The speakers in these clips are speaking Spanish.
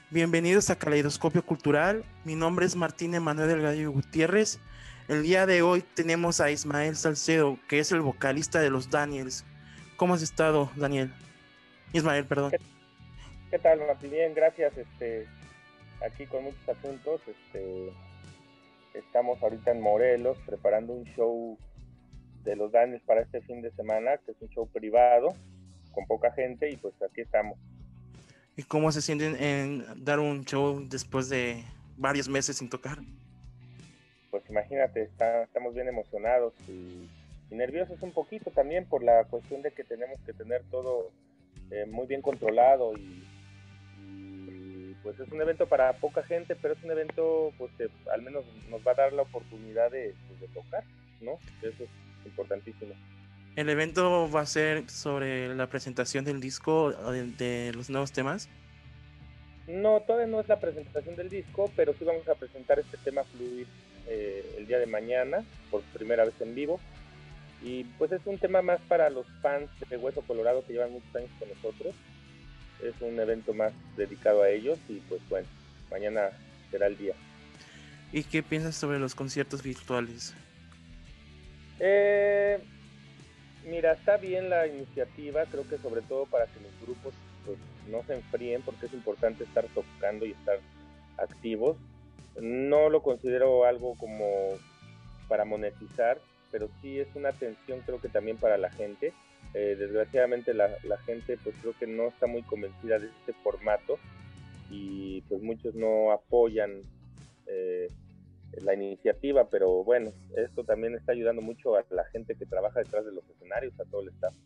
Bienvenidos a Caleidoscopio Cultural. Mi nombre es Martín Emanuel Delgadillo Gutiérrez. El día de hoy tenemos a Ismael Salcedo, que es el vocalista de los Daniels. ¿Cómo has estado, Daniel? Ismael, perdón. ¿Qué, qué tal, Martín? Bien, gracias. Aquí con muchos asuntos. Estamos ahorita en Morelos preparando un show de los Danes para este fin de semana, que es un show privado con poca gente y pues aquí estamos. ¿Y cómo se sienten en dar un show después de varios meses sin tocar? Pues imagínate, estamos bien emocionados y nerviosos un poquito también por la cuestión de que tenemos que tener todo muy bien controlado y pues es un evento para poca gente, pero es un evento pues que al menos nos va a dar la oportunidad de tocar, ¿no? Eso es importantísimo. El evento va a ser sobre la presentación del disco de los nuevos temas. No, todavía no es la presentación del disco, pero sí vamos a presentar este tema Fluir el día de mañana, por primera vez en vivo. Y pues es un tema más para los fans de Hueso Colorado que llevan muchos años con nosotros. Es un evento más dedicado a ellos y pues bueno, mañana será el día. ¿Y qué piensas sobre los conciertos virtuales? Eh, Mira, está bien la iniciativa, creo que sobre todo para que los grupos pues no se enfríen, porque es importante estar tocando y estar activos. No lo considero algo como para monetizar, pero sí es una atención creo que también para la gente. Desgraciadamente la gente pues creo que no está muy convencida de este formato y pues muchos no apoyan eh, la iniciativa, pero bueno, esto también está ayudando mucho a la gente que trabaja detrás de los escenarios, a todo el staff.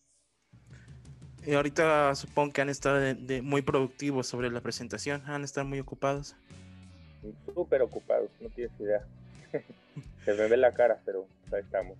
Y ahorita supongo que han estado muy productivos sobre la presentación, han estado muy ocupados. Súper ocupados, no tienes idea. Se me ve la cara, pero ahí estamos.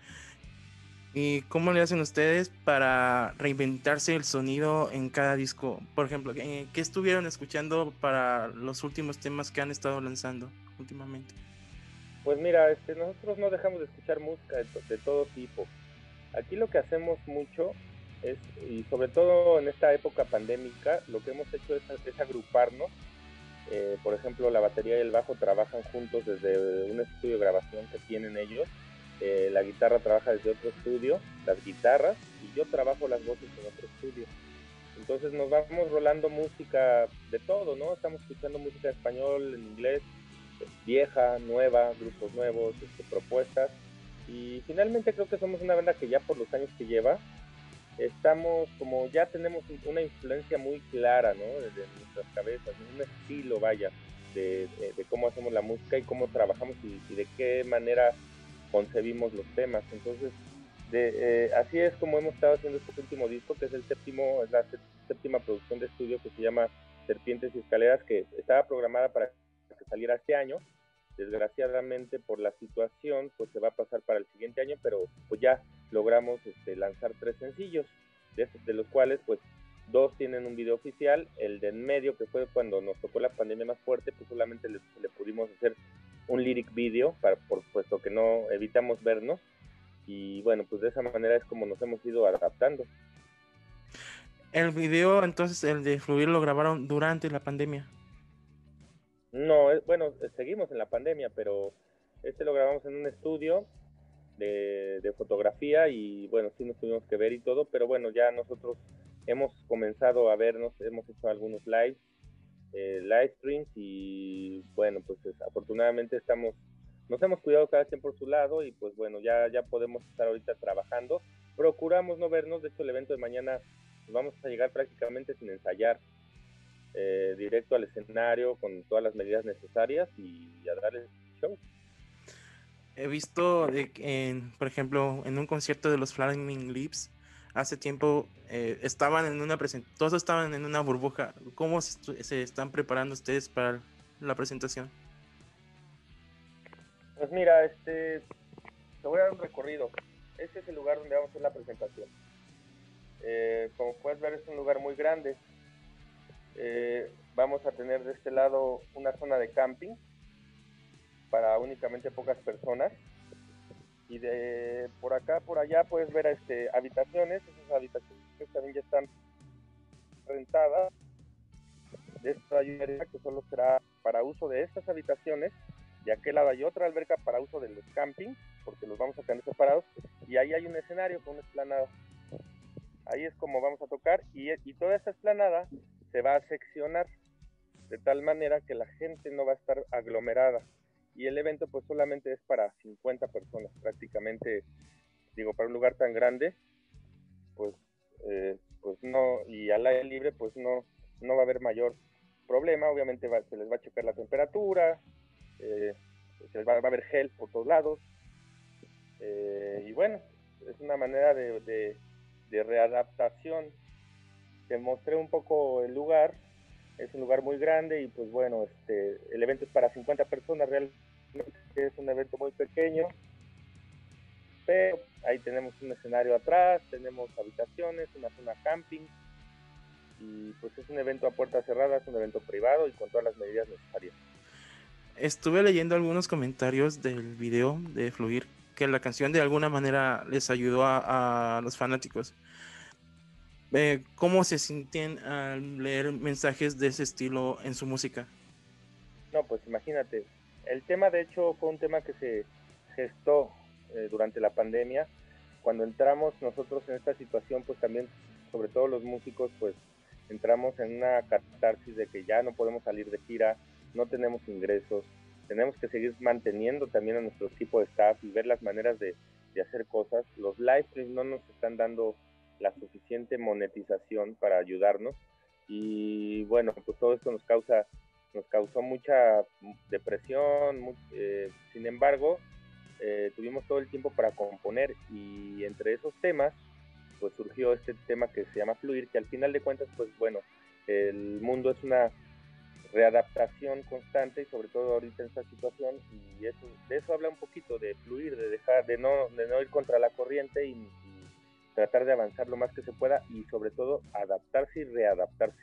¿Y cómo le hacen ustedes para reinventarse el sonido en cada disco? Por ejemplo, ¿qué estuvieron escuchando para los últimos temas que han estado lanzando últimamente? Pues mira, nosotros no dejamos de escuchar música de todo tipo. Aquí lo que hacemos mucho es, y sobre todo en esta época pandémica, lo que hemos hecho es agruparnos. Por ejemplo, la batería y el bajo trabajan juntos desde un estudio de grabación que tienen ellos. La guitarra trabaja desde otro estudio, las guitarras, y yo trabajo las voces en otro estudio. Entonces nos vamos rolando música de todo, ¿no? Estamos escuchando música en español, en inglés, vieja, nueva, grupos nuevos, propuestas. Y finalmente creo que somos una banda que ya por los años que lleva, estamos como ya tenemos una influencia muy clara, ¿no? De nuestras cabezas, un estilo, vaya, de cómo hacemos la música y cómo trabajamos y de qué manera concebimos los temas. Entonces, así es como hemos estado haciendo este último disco, que es es la séptima producción de estudio que se llama Serpientes y Escaleras, que estaba programada para que saliera este año. Desgraciadamente por la situación, pues se va a pasar para el siguiente año, pero pues ya logramos lanzar 3 sencillos, de los cuales pues 2 tienen un video oficial. El de en medio, que fue cuando nos tocó la pandemia más fuerte, pues solamente le pudimos hacer un lyric video, puesto que no evitamos vernos. Y bueno, pues de esa manera es como nos hemos ido adaptando. El video, entonces, el de Fluir lo grabaron durante la pandemia. No, bueno, seguimos en la pandemia, pero lo grabamos en un estudio de fotografía y bueno, sí nos tuvimos que ver y todo, pero bueno, ya nosotros hemos comenzado a vernos, hemos hecho algunos live streams y bueno, pues afortunadamente nos hemos cuidado cada quien por su lado y pues bueno, ya podemos estar ahorita trabajando. Procuramos no vernos, de hecho el evento de mañana pues vamos a llegar prácticamente sin ensayar, directo al escenario con todas las medidas necesarias y a darle show. He visto, por ejemplo, en un concierto de los Flaming Lips, hace tiempo estaban en una presentación, todos estaban en una burbuja. ¿Cómo se están preparando ustedes para la presentación? Pues mira, te voy a dar un recorrido. Este es el lugar donde vamos a hacer la presentación. Como puedes ver, es un lugar muy grande. Vamos a tener de este lado una zona de camping para únicamente pocas personas. Y de por acá, por allá, puedes ver habitaciones. Esas habitaciones también ya están rentadas. de esta hay una alberca que solo será para uso de estas habitaciones, de aquel lado hay otra alberca para uso de los campings, porque los vamos a tener separados, y ahí hay un escenario con una explanada. Ahí es como vamos a tocar, y toda esta explanada se va a seccionar de tal manera que la gente no va a estar aglomerada, y el evento pues solamente es para 50 personas prácticamente. Digo, para un lugar tan grande, pues, pues no, y al aire libre pues no va a haber mayor problema. Obviamente se les va a checar la temperatura, va a haber gel por todos lados, y bueno, es una manera de readaptación. Te mostré un poco el lugar, es un lugar muy grande y pues bueno, el evento es para 50 personas, realmente es un evento muy pequeño, pero ahí tenemos un escenario atrás, tenemos habitaciones, una zona camping, y pues es un evento a puertas cerradas, un evento privado y con todas las medidas necesarias. Estuve leyendo algunos comentarios del video de Fluir, que la canción de alguna manera les ayudó a los fanáticos. ¿Cómo se sienten al leer mensajes de ese estilo en su música? No, pues imagínate, el tema de hecho fue un tema que se gestó durante la pandemia. Cuando entramos nosotros en esta situación, pues también, sobre todo los músicos, pues entramos en una catarsis de que ya no podemos salir de gira, no tenemos ingresos, tenemos que seguir manteniendo también a nuestro equipo de staff y ver las maneras de hacer cosas. Los live streams no nos están dando la suficiente monetización para ayudarnos, y bueno, pues todo esto nos causó mucha depresión. Sin embargo, tuvimos todo el tiempo para componer, y entre esos temas pues surgió este tema que se llama Fluir, que al final de cuentas pues bueno, el mundo es una readaptación constante, y sobre todo ahorita en esta situación, y de eso habla un poquito, de fluir, de dejar, de no ir contra la corriente, y tratar de avanzar lo más que se pueda, y sobre todo adaptarse y readaptarse.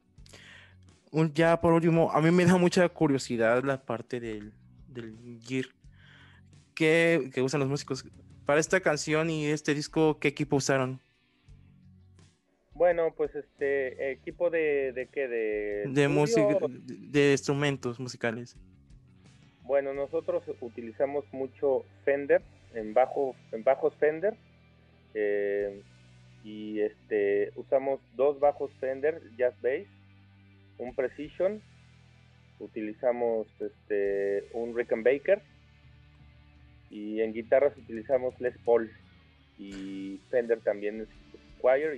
Ya por último, a mí me da mucha curiosidad la parte del gear que usan los músicos. Para esta canción y este disco, ¿qué equipo usaron? Bueno, pues equipo de qué, de De música, estudio. de instrumentos musicales. Bueno, nosotros utilizamos mucho Fender, en bajos Fender, eh, y usamos dos bajos Fender Jazz Bass, un Precision, utilizamos un Rickenbacker, y en guitarras utilizamos Les Paul, y Fender también es Squier,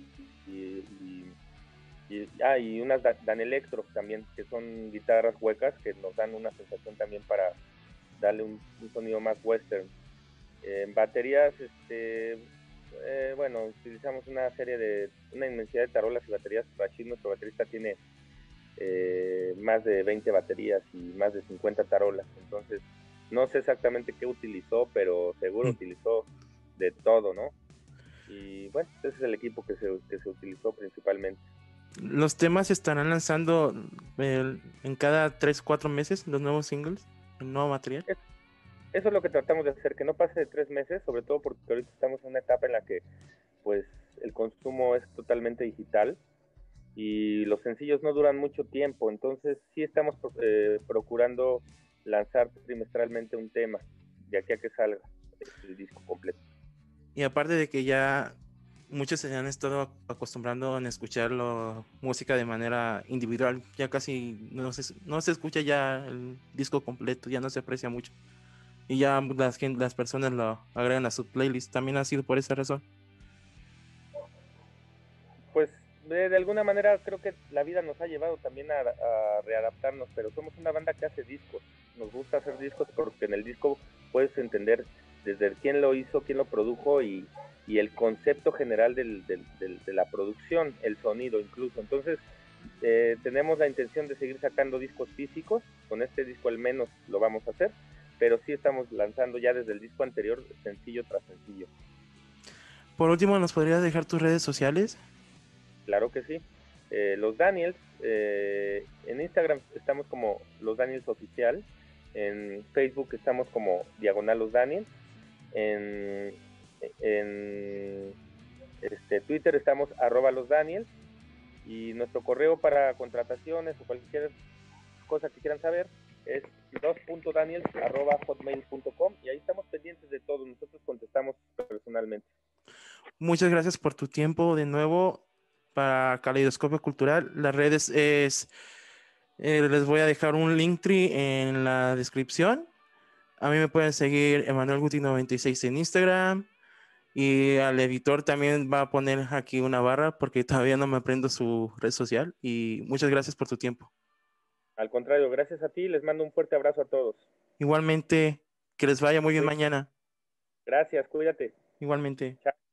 y unas Dan Electro también, que son guitarras huecas que nos dan una sensación también para darle un sonido más western. En baterías, bueno, utilizamos una inmensidad de tarolas y baterías. Rachid, nuestro baterista, tiene más de 20 baterías y más de 50 tarolas. Entonces, no sé exactamente qué utilizó, pero seguro utilizó de todo, ¿no? Y bueno, ese es el equipo que se utilizó principalmente. Los temas se estarán lanzando en cada 3-4 meses, los nuevos singles, el nuevo material. Eso es lo que tratamos de hacer, que no pase de 3 meses, sobre todo porque ahorita estamos en una etapa en la que pues el consumo es totalmente digital y los sencillos no duran mucho tiempo. Entonces sí estamos procurando lanzar trimestralmente un tema de aquí a que salga el disco completo. Y aparte de que ya muchos se han estado acostumbrando a escuchar la música de manera individual, ya casi no se escucha ya el disco completo, ya no se aprecia mucho. Y ya las personas lo agregan a su playlist. También ha sido por esa razón. Pues de alguna manera creo que la vida nos ha llevado también a readaptarnos, pero somos una banda que hace discos. Nos gusta hacer discos porque en el disco puedes entender desde quién lo hizo, quién lo produjo, y el concepto general de la producción, el sonido incluso. Entonces tenemos la intención de seguir sacando discos físicos. Con este disco al menos lo vamos a hacer, pero sí estamos lanzando ya desde el disco anterior sencillo tras sencillo. Por último, ¿nos podrías dejar tus redes sociales? Claro que sí. Los Daniels, en Instagram estamos como Los Daniels Oficial, en Facebook estamos como Diagonal Los Daniels, en Twitter estamos @Los Daniels, Y nuestro correo para contrataciones o cualquier cosa que quieran saber es dos.daniels@hotmail.com y ahí estamos pendientes de todo. Nosotros contestamos personalmente. Muchas gracias por tu tiempo de nuevo para Caleidoscopio Cultural. Las redes les voy a dejar un Linktree en la descripción. A mí me pueden seguir Emanuel Guti 96 en Instagram. Y al editor también va a poner aquí una barra porque todavía no me aprendo su red social. Y muchas gracias por tu tiempo. Al contrario, gracias a ti, les mando un fuerte abrazo a todos. Igualmente, que les vaya muy bien mañana. Gracias, cuídate. Igualmente. Chao.